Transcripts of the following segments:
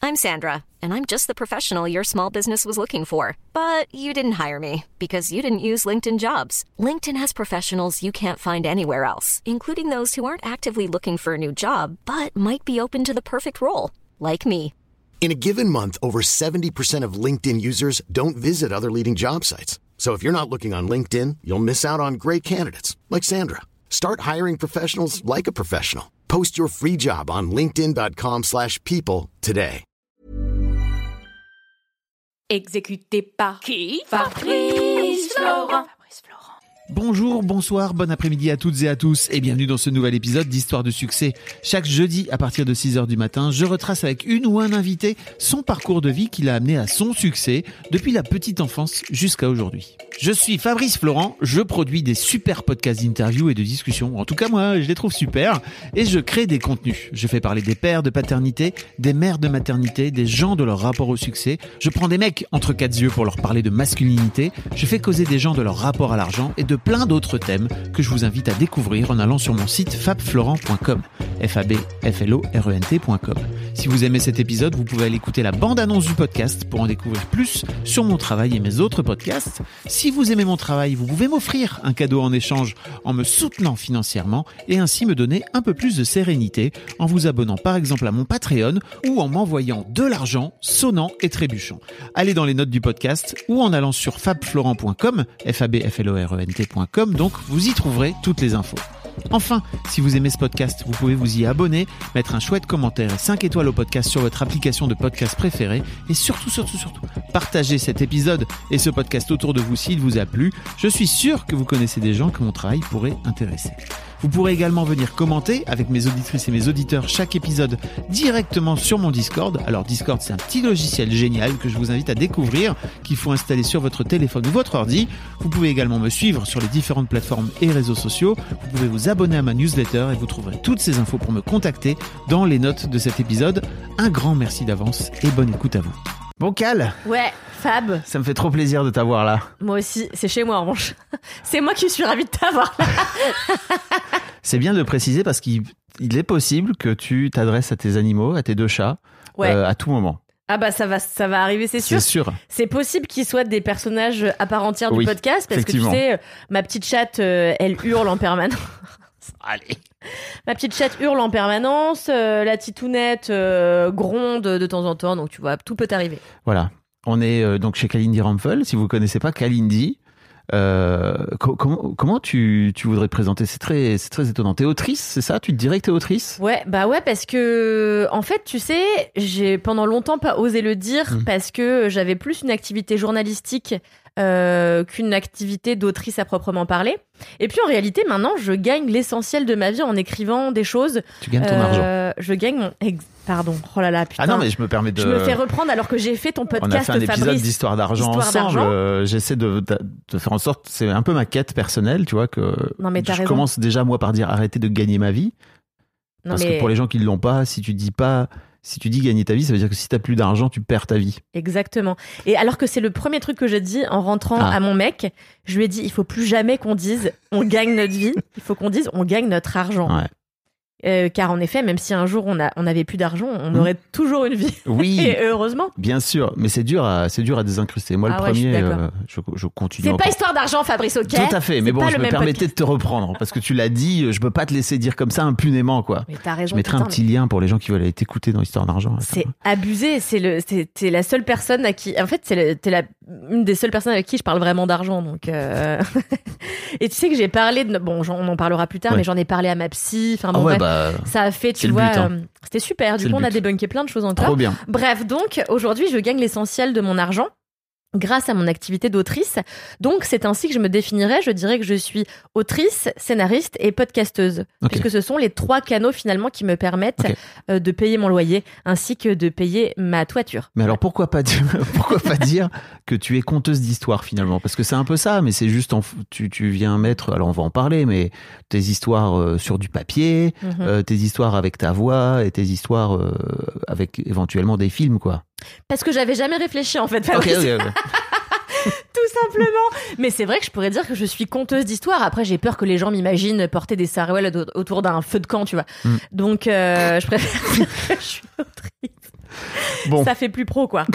I'm Sandra, and I'm just the professional your small business was looking for. But you didn't hire me because you didn't use LinkedIn Jobs. LinkedIn has professionals you can't find anywhere else, including those who aren't actively looking for a new job, but might be open to the perfect role, like me. In a given month, over 70% of LinkedIn users don't visit other leading job sites. So if you're not looking on LinkedIn, you'll miss out on great candidates like Sandra. Start hiring professionals like a professional. Post your free job on linkedin.com/people today. Exécuté par qui? Fabrice Florent. Bonjour, bonsoir, bon après-midi à toutes et à tous et bienvenue dans ce nouvel épisode d'Histoire de succès. Chaque jeudi à partir de 6h du matin, je retrace avec une ou un invité son parcours de vie qui l'a amené à son succès depuis la petite enfance jusqu'à aujourd'hui. Je suis Fabrice Florent, je produis des super podcasts d'interviews et de discussions. En tout cas, moi, je les trouve super et je crée des contenus. Je fais parler des pères de paternité, des mères de maternité, des gens de leur rapport au succès. Je prends des mecs entre quatre yeux pour leur parler de masculinité. Je fais causer des gens de leur rapport à l'argent et de plein d'autres thèmes que je vous invite à découvrir en allant sur mon site fabflorent.com, fabflorent.com. Si vous aimez cet épisode, vous pouvez aller écouter la bande-annonce du podcast pour en découvrir plus sur mon travail et mes autres podcasts. Si vous aimez mon travail, vous pouvez m'offrir un cadeau en échange en me soutenant financièrement et ainsi me donner un peu plus de sérénité en vous abonnant par exemple à mon Patreon ou en m'envoyant de l'argent sonnant et trébuchant. Allez dans les notes du podcast ou en allant sur fabflorent.com, fabflorent.com, donc vous y trouverez toutes les infos. Enfin, si vous aimez ce podcast, vous pouvez vous y abonner, mettre un chouette commentaire et 5 étoiles au podcast sur votre application de podcast préférée et surtout, partagez cet épisode et ce podcast autour de vous s'il vous a plu. Je suis sûr que vous connaissez des gens que mon travail pourrait intéresser. Vous pourrez également venir commenter avec mes auditrices et mes auditeurs chaque épisode directement sur mon Discord. Alors Discord, c'est un petit logiciel génial que je vous invite à découvrir, qu'il faut installer sur votre téléphone ou votre ordi. Vous pouvez également me suivre sur les différentes plateformes et réseaux sociaux. Vous pouvez vous abonner à ma newsletter et vous trouverez toutes ces infos pour me contacter dans les notes de cet épisode. Un grand merci d'avance et bonne écoute à vous. Bon Cal. Ouais, Fab. Ça me fait trop plaisir de t'avoir là. Moi aussi, c'est chez moi en revanche. C'est moi qui suis ravie de t'avoir là. C'est bien de le préciser parce qu'il est possible que tu t'adresses à tes animaux, à tes deux chats, à tout moment. Ah bah ça va arriver, c'est sûr. C'est sûr. C'est possible qu'ils soient des personnages à part entière du podcast parce que tu sais, ma petite chatte, elle hurle en permanence. Allez. Ma petite chatte hurle en permanence, la titounette gronde de temps en temps, donc tu vois, tout peut arriver. Voilà. On est donc chez Kalindi Rampfel. Si vous ne connaissez pas Kalindi, comment tu voudrais te présenter? C'est très étonnant. T'es autrice, c'est ça? Tu te dirais que t'es autrice? Ouais, parce que en fait, tu sais, j'ai pendant longtemps pas osé le dire parce que j'avais plus une activité journalistique qu'une activité d'autrice à proprement parler. Et puis en réalité, maintenant, je gagne l'essentiel de ma vie en écrivant des choses. Tu gagnes ton argent. Je gagne mon... Pardon, oh là là, putain. Ah non, mais je me permets de... Je me fais reprendre alors que j'ai fait ton podcast, Fabrice. On a fait un épisode Fabrice, d'Histoire d'argent ensemble. J'essaie de faire en sorte... C'est un peu ma quête personnelle, tu vois, que non, mais je commence déjà, moi, par dire arrêter de gagner ma vie. Non, parce que pour les gens qui ne l'ont pas, si tu dis gagner ta vie, ça veut dire que si t'as plus d'argent, tu perds ta vie. Exactement. Et alors que c'est le premier truc que j'ai dit en rentrant à mon mec, je lui ai dit, il faut plus jamais qu'on dise on gagne notre vie, il faut qu'on dise on gagne notre argent. Ouais. Car en effet, même si un jour on n'avait plus d'argent, on aurait toujours une vie. Oui. Et heureusement. Bien sûr, mais c'est dur à désincruster. Moi, le premier, je continue. C'est encore. Pas histoire d'argent, Fabrice, ok? Tout à fait, mais bon, je me permettais de te reprendre parce que tu l'as dit, je peux pas te laisser dire comme ça impunément, quoi. Mais t'as raison. Je mettrai un petit lien pour les gens qui veulent aller t'écouter dans Histoire d'argent. C'est abusé. T'es la seule personne à qui, en fait, une des seules personnes avec qui je parle vraiment d'argent, donc. Et tu sais que j'ai parlé on en parlera plus tard, mais j'en ai parlé à ma psy. Enfin bon, ça a fait, tu vois, c'était super. Du coup, on a débunké plein de choses encore. Trop bien. Bref, donc aujourd'hui, je gagne l'essentiel de mon argent grâce à mon activité d'autrice. Donc, c'est ainsi que je me définirais. Je dirais que je suis autrice, scénariste et podcasteuse. Okay. Puisque ce sont les 3 canaux, finalement, qui me permettent de payer mon loyer ainsi que de payer ma toiture. Mais alors, pourquoi pas dire que tu es conteuse d'histoires, finalement? Parce que c'est un peu ça, mais c'est juste, tu viens mettre, alors on va en parler, mais tes histoires sur du papier, tes histoires avec ta voix et tes histoires avec éventuellement des films, quoi. Parce que j'avais jamais réfléchi, en fait, Fabrice. Okay. Tout simplement. Mais c'est vrai que je pourrais dire que je suis conteuse d'histoire. Après, j'ai peur que les gens m'imaginent porter des sarouels autour d'un feu de camp, tu vois. Donc, je préfère dire que je suis autrice. Bon. Ça fait plus pro, quoi.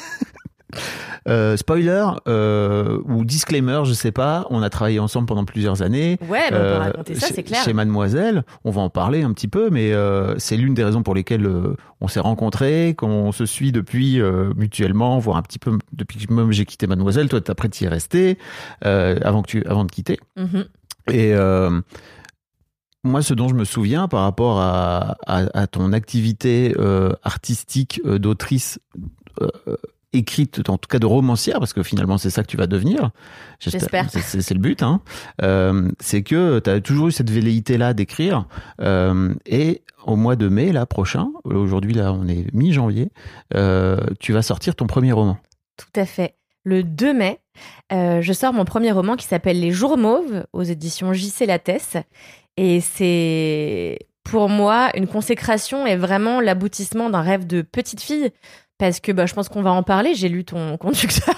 Spoiler ou disclaimer, je sais pas, on a travaillé ensemble pendant plusieurs années. Ouais, on peut raconter ça, c'est clair. Chez Mademoiselle, on va en parler un petit peu, mais c'est l'une des raisons pour lesquelles on s'est rencontrés, qu'on se suit depuis mutuellement, voire un petit peu depuis que même j'ai quitté Mademoiselle. Toi, après, t'y es resté avant de quitter. Mm-hmm. Et moi, ce dont je me souviens par rapport à ton activité artistique d'autrice écrite, en tout cas de romancière, parce que finalement c'est ça que tu vas devenir. J'espère. C'est le but, hein. C'est que tu as toujours eu cette velléité-là d'écrire. Et au mois de mai, là, prochain, aujourd'hui, là, on est mi-janvier, tu vas sortir ton premier roman. Tout à fait. Le 2 mai, je sors mon premier roman qui s'appelle Les Jours Mauves aux éditions J.C. Lattès. Et c'est, pour moi, une consécration et vraiment l'aboutissement d'un rêve de petite fille. Parce que je pense qu'on va en parler. J'ai lu ton conducteur.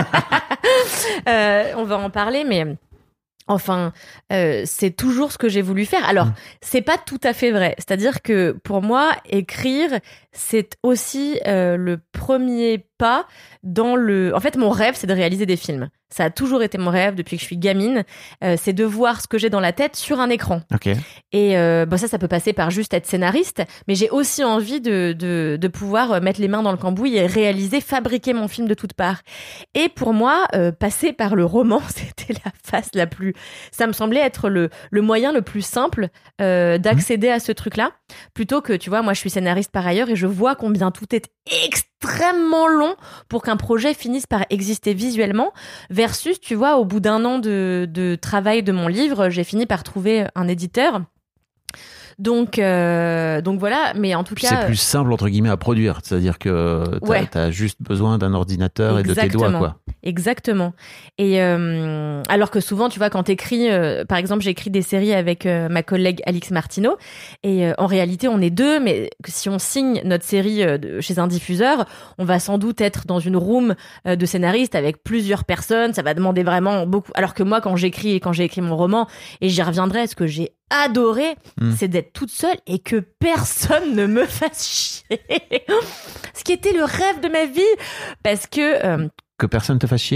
On va en parler, mais enfin, c'est toujours ce que j'ai voulu faire. Alors, c'est pas tout à fait vrai. C'est-à-dire que pour moi, écrire, c'est aussi le premier pas dans le... En fait, mon rêve, c'est de réaliser des films. Ça a toujours été mon rêve depuis que je suis gamine. C'est de voir ce que j'ai dans la tête sur un écran. Okay. Et ça peut passer par juste être scénariste, mais j'ai aussi envie de pouvoir mettre les mains dans le cambouis et réaliser, fabriquer mon film de toutes parts. Et pour moi, passer par le roman, c'était la phase la plus... Ça me semblait être le moyen le plus simple d'accéder à ce truc-là. Plutôt que, tu vois, moi je suis scénariste par ailleurs et je vois combien tout est extrêmement long pour qu'un projet finisse par exister visuellement, versus, tu vois, au bout d'un an de travail de mon livre, j'ai fini par trouver un éditeur. Donc voilà, mais en tout cas... C'est plus simple, entre guillemets, à produire. C'est-à-dire que t'as juste besoin d'un ordinateur. Exactement. Et de tes doigts, quoi. Exactement. Et alors que souvent, tu vois, quand t'écris... par exemple, j'écris des séries avec ma collègue Alix Martineau. Et en réalité, on est deux, mais si on signe notre série chez un diffuseur, on va sans doute être dans une room de scénaristes avec plusieurs personnes. Ça va demander vraiment beaucoup... Alors que moi, quand j'ai écrit mon roman, et j'y reviendrai, ce que j'ai adoré, c'est d'être toute seule et que personne ne me fasse chier. Ce qui était le rêve de ma vie, parce que... Que personne te fasse chier.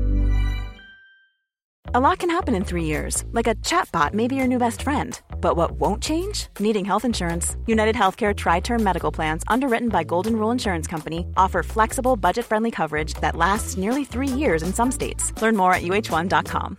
A lot can happen in 3 years, like a chatbot may be your new best friend. But what won't change? Needing health insurance. United Healthcare Tri-Term Medical Plans, underwritten by Golden Rule Insurance Company, offer flexible, budget-friendly coverage that lasts nearly 3 years in some states. Learn more at uh1.com.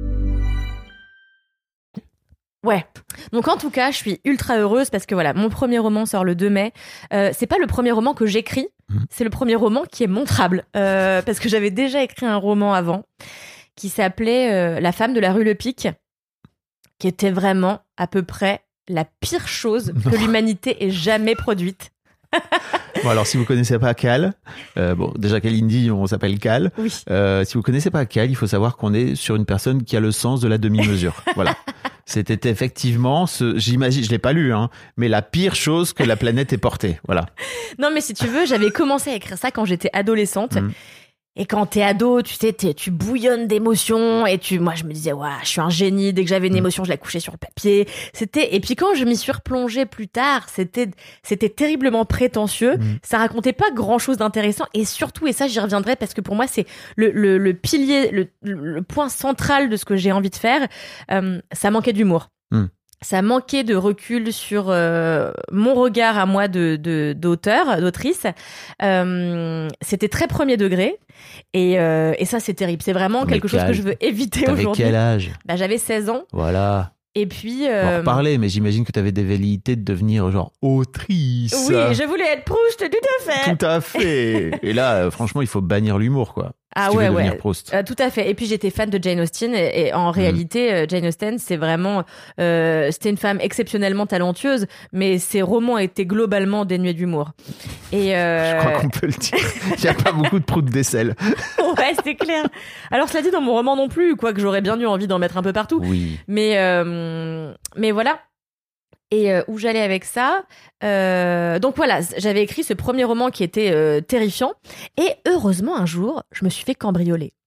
Ouais. Donc en tout cas, je suis ultra heureuse parce que voilà, mon premier roman sort le 2 mai. C'est pas le premier roman que j'écris, c'est le premier roman qui est montrable. Parce que j'avais déjà écrit un roman avant qui s'appelait La femme de la rue Le Pic, qui était vraiment à peu près la pire chose que l'humanité ait jamais produite. Bon, alors si vous connaissez pas Cal, déjà Kalindi, on s'appelle Cal. Oui. Si vous connaissez pas Cal, il faut savoir qu'on est sur une personne qui a le sens de la demi-mesure. Voilà. C'était effectivement, j'imagine, je l'ai pas lu, hein, mais la pire chose que la planète ait portée. Voilà. Non, mais si tu veux, j'avais commencé à écrire ça quand j'étais adolescente. Et quand t'es ado, tu sais, tu bouillonnes d'émotions et moi je me disais, ouais, je suis un génie. Dès que j'avais une émotion, je la couchais sur le papier. Et puis quand je m'y suis replongée plus tard, c'était terriblement prétentieux. Ça racontait pas grand chose d'intéressant et surtout, et ça j'y reviendrai parce que pour moi c'est le pilier, le point central de ce que j'ai envie de faire, ça manquait d'humour. Ça manquait de recul sur mon regard à moi d'autrice. C'était très premier degré et ça c'est terrible. C'est vraiment quelque chose que je veux éviter aujourd'hui. T'avais quel âge ? J'avais 16 ans. Voilà. Et puis... On va en reparler, mais j'imagine que tu avais des velléités de devenir genre autrice. Oui, je voulais être Proust, tout à fait. Tout à fait. Et là, franchement, il faut bannir l'humour, quoi. Ah si tu ouais, veux devenir Proust. Tout à fait. Et puis j'étais fan de Jane Austen et en réalité, Jane Austen, c'est vraiment, c'était une femme exceptionnellement talentueuse, mais ses romans étaient globalement dénués d'humour. Et je crois qu'on peut le dire. Il n'y a pas beaucoup de proutes d'aisselle. Ouais, c'est clair. Alors cela dit, dans mon roman non plus, quoique j'aurais bien eu envie d'en mettre un peu partout. Oui. Mais voilà. Et où j'allais avec ça, donc voilà, j'avais écrit ce premier roman qui était terrifiant et heureusement un jour je me suis fait cambrioler.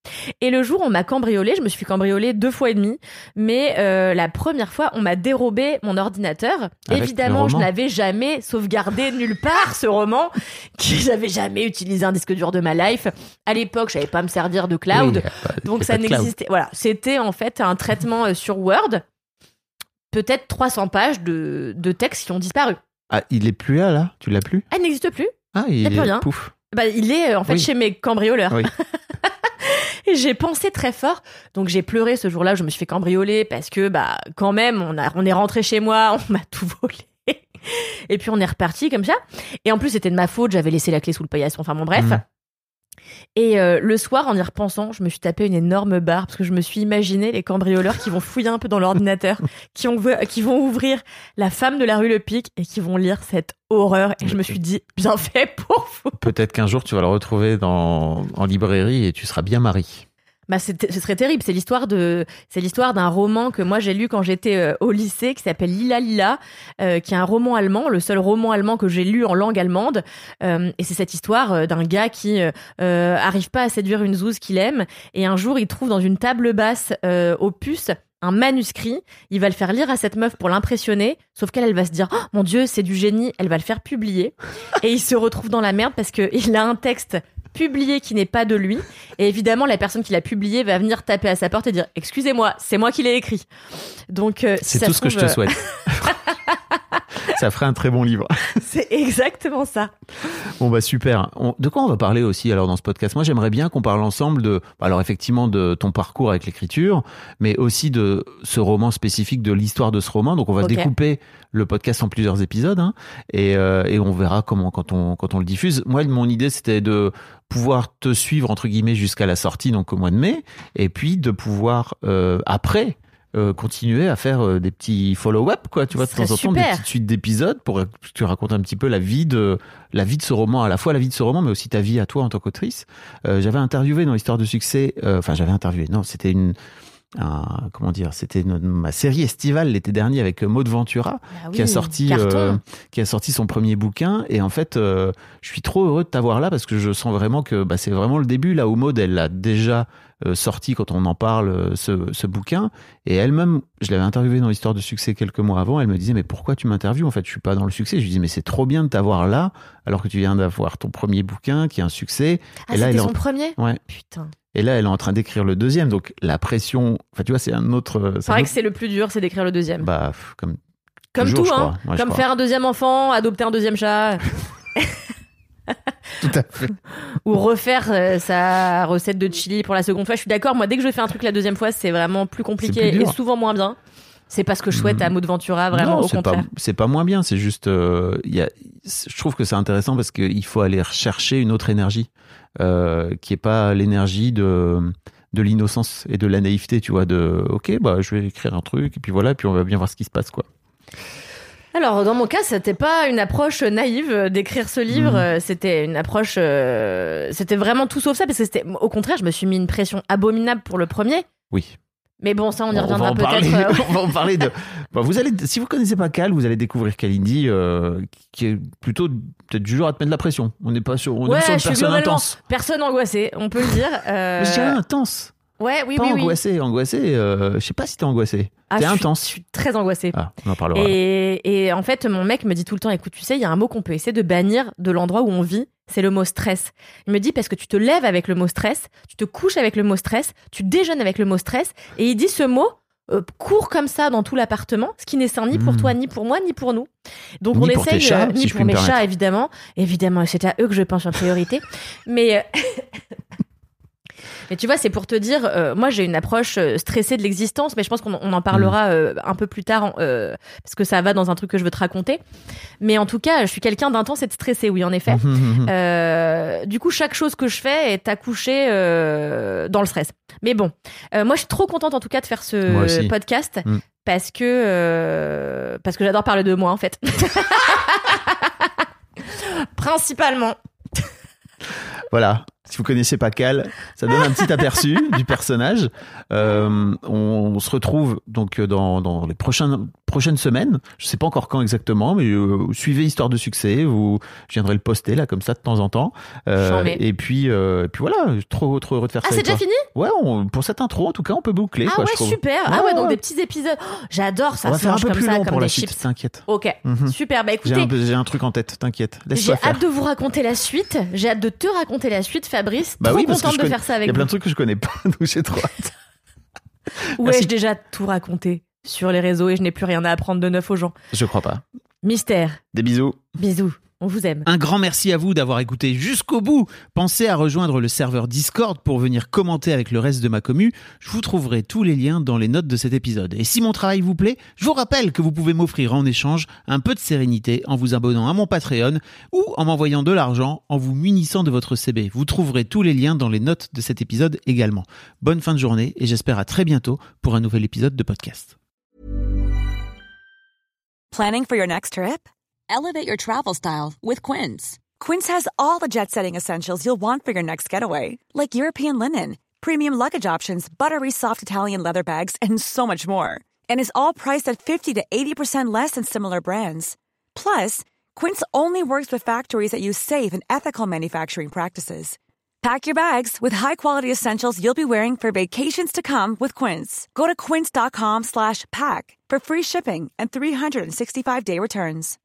Et le jour où on m'a cambriolé, je me suis fait cambrioler 2 fois et demi, mais la première fois, on m'a dérobé mon ordinateur. Avec Évidemment, le je roman. n'avais jamais sauvegardé nulle part ce roman, j'avais jamais utilisé un disque dur de ma life. À l'époque, je savais pas me servir de cloud, donc ça n'existait. Voilà, c'était en fait un traitement sur Word. Peut-être 300 pages de textes qui ont disparu. Ah, il est plus là Tu l'as plus? Ah, il n'existe plus. Ah, Y a plus rien. Pouf. Bah, il est en fait chez mes cambrioleurs. Oui. Et j'ai pensé très fort. Donc j'ai pleuré ce jour-là où je me suis fait cambrioler parce que bah quand même on est rentré chez moi, on m'a tout volé. Et puis on est reparti comme ça. Et en plus c'était de ma faute, j'avais laissé la clé sous le paillasson. Enfin bon bref. Et le soir, en y repensant, je me suis tapé une énorme barre parce que je me suis imaginé les cambrioleurs qui vont fouiller un peu dans l'ordinateur, qui vont ouvrir La femme de la rue Le Pic et qui vont lire cette horreur. Et je me suis dit, bien fait pour vous. Peut-être qu'un jour tu vas le retrouver en librairie et tu seras bien Marie. Bah ce serait terrible. C'est l'histoire d'un roman que moi j'ai lu quand j'étais au lycée qui s'appelle Lila Lila, qui est un roman allemand, le seul roman allemand que j'ai lu en langue allemande. Et c'est cette histoire d'un gars qui arrive pas à séduire une zouze qu'il aime. Et un jour, il trouve dans une table basse aux puces un manuscrit. Il va le faire lire à cette meuf pour l'impressionner. Sauf qu'elle va se dire, oh, mon Dieu, c'est du génie. Elle va le faire publier. Et il se retrouve dans la merde parce que il a un texte publié qui n'est pas de lui. Et évidemment, la personne qui l'a publié va venir taper à sa porte et dire « Excusez-moi, c'est moi qui l'ai écrit. » Donc, si c'est tout ce que je te souhaite. Ça ferait un très bon livre. C'est exactement ça. Bon bah super. De quoi on va parler aussi alors dans ce podcast? Moi j'aimerais bien qu'on parle ensemble alors effectivement de ton parcours avec l'écriture, mais aussi de ce roman spécifique, de l'histoire de ce roman. Donc on va découper le podcast en plusieurs épisodes et on verra comment quand on le diffuse. Moi mon idée c'était de pouvoir te suivre entre guillemets jusqu'à la sortie donc au mois de mai, et puis de pouvoir après continuer à faire des petits follow-up, quoi, tu vois, de temps en temps, des petites suites d'épisodes pour que tu racontes un petit peu la vie de ce roman, à la fois la vie de ce roman, mais aussi ta vie à toi en tant qu'autrice. J'avais interviewé dans l'histoire de succès, c'était c'était ma série estivale l'été dernier avec Maud Ventura, qui a sorti son premier bouquin. Et en fait, je suis trop heureux de t'avoir là parce que je sens vraiment que c'est vraiment le début, là où Maud, elle l'a déjà sorti quand on en parle, ce bouquin. Et elle-même, je l'avais interviewée dans l'histoire de succès quelques mois avant, elle me disait, mais pourquoi tu m'interviews? En fait, je suis pas dans le succès. Je lui dis, mais c'est trop bien de t'avoir là, alors que tu viens d'avoir ton premier bouquin qui est un succès. Ah, et là, c'était son premier? Ouais. Putain. Et là, elle est en train d'écrire le deuxième, donc la pression, enfin, tu vois, c'est un autre. C'est vrai que c'est le plus dur, c'est d'écrire le deuxième. Bah, comme toujours, tout, hein. Ouais, comme faire un deuxième enfant, adopter un deuxième chat. Tout à fait. Ou refaire sa recette de chili pour la seconde fois. Je suis d'accord, moi, dès que je fais un truc la deuxième fois, c'est vraiment plus compliqué et souvent moins bien. C'est pas ce que je souhaite à Maud Ventura, vraiment, non, au contraire. C'est pas moins bien, c'est juste. Je trouve que c'est intéressant parce qu'il faut aller rechercher une autre énergie qui est pas l'énergie de l'innocence et de la naïveté, tu vois, ok, je vais écrire un truc et puis voilà, puis on va bien voir ce qui se passe, quoi. Alors, dans mon cas, c'était pas une approche naïve d'écrire ce livre. C'était une approche... c'était vraiment tout sauf ça, parce que au contraire, je me suis mis une pression abominable pour le premier. Oui. Mais bon, ça, on y reviendra peut-être. On va en parler de... si vous connaissez pas Cal, vous allez découvrir Kalindi, qui est plutôt peut-être du genre à te mettre de la pression. On n'est pas sur une personne intense. Personne angoissée, on peut le dire. Je dirais intense. Ouais, oui, pas oui. Angoissé, je sais pas si t'es angoissé. T'es intense. Je suis très angoissée. Ah, on en parlera. Et en fait, mon mec me dit tout le temps, écoute, tu sais, il y a un mot qu'on peut essayer de bannir de l'endroit où on vit, c'est le mot stress. Il me dit, parce que tu te lèves avec le mot stress, tu te couches avec le mot stress, tu déjeunes avec le mot stress, et il dit ce mot court comme ça dans tout l'appartement, ce qui n'est sain ni pour toi, ni pour moi, ni pour nous. Donc ni on pour essaye, tes chats, ni si pour mes chats, évidemment, c'est à eux que je pense en priorité. Mais tu vois, c'est pour te dire, moi j'ai une approche stressée de l'existence, mais je pense qu'on en parlera un peu plus tard, parce que ça va dans un truc que je veux te raconter. Mais en tout cas, je suis quelqu'un d'intense et de stressé, oui, en effet. Du coup, chaque chose que je fais est accouchée dans le stress. Mais bon, moi je suis trop contente en tout cas de faire ce podcast, parce que j'adore parler de moi, en fait. Principalement. Voilà. Si vous connaissez pas Cal, ça donne un petit aperçu du personnage. On se retrouve donc dans les prochaines semaines. Je sais pas encore quand exactement, mais suivez Histoire de succès. Je viendrai le poster là comme ça de temps en temps. Et puis voilà, trop heureux de faire ça. Ah, c'est déjà fini ? Ouais, pour cette intro en tout cas, on peut boucler. Ah quoi, ouais, je trouve. Super. Ah ouais, donc des petits épisodes. Oh, j'adore ça. On va faire un peu plus ça, long comme pour la des suite, chips. t'inquiète. Ok, super. Bah écoutez, j'ai un truc en tête, t'inquiète. J'ai hâte de vous raconter la suite. J'ai hâte de te raconter la suite, Fabrice. Trop contente de faire ça avec vous. Il y a plein de trucs que je connais pas, donc j'ai trop hâte. Ouais, j'ai déjà tout raconté sur les réseaux et je n'ai plus rien à apprendre de neuf aux gens. Je crois pas. Mystère. Des bisous. Bisous. On vous aime. Un grand merci à vous d'avoir écouté jusqu'au bout. Pensez à rejoindre le serveur Discord pour venir commenter avec le reste de ma commu. Je vous trouverai tous les liens dans les notes de cet épisode. Et si mon travail vous plaît, je vous rappelle que vous pouvez m'offrir en échange un peu de sérénité en vous abonnant à mon Patreon ou en m'envoyant de l'argent en vous munissant de votre CB. Vous trouverez tous les liens dans les notes de cet épisode également. Bonne fin de journée et j'espère à très bientôt pour un nouvel épisode de podcast. Planning for your next trip? Elevate your travel style with Quince. Quince has all the jet-setting essentials you'll want for your next getaway, like European linen, premium luggage options, buttery soft Italian leather bags, and so much more. And is all priced at 50 to 80% less than similar brands. Plus, Quince only works with factories that use safe and ethical manufacturing practices. Pack your bags with high-quality essentials you'll be wearing for vacations to come with Quince. Go to quince.com/pack for free shipping and 365-day returns.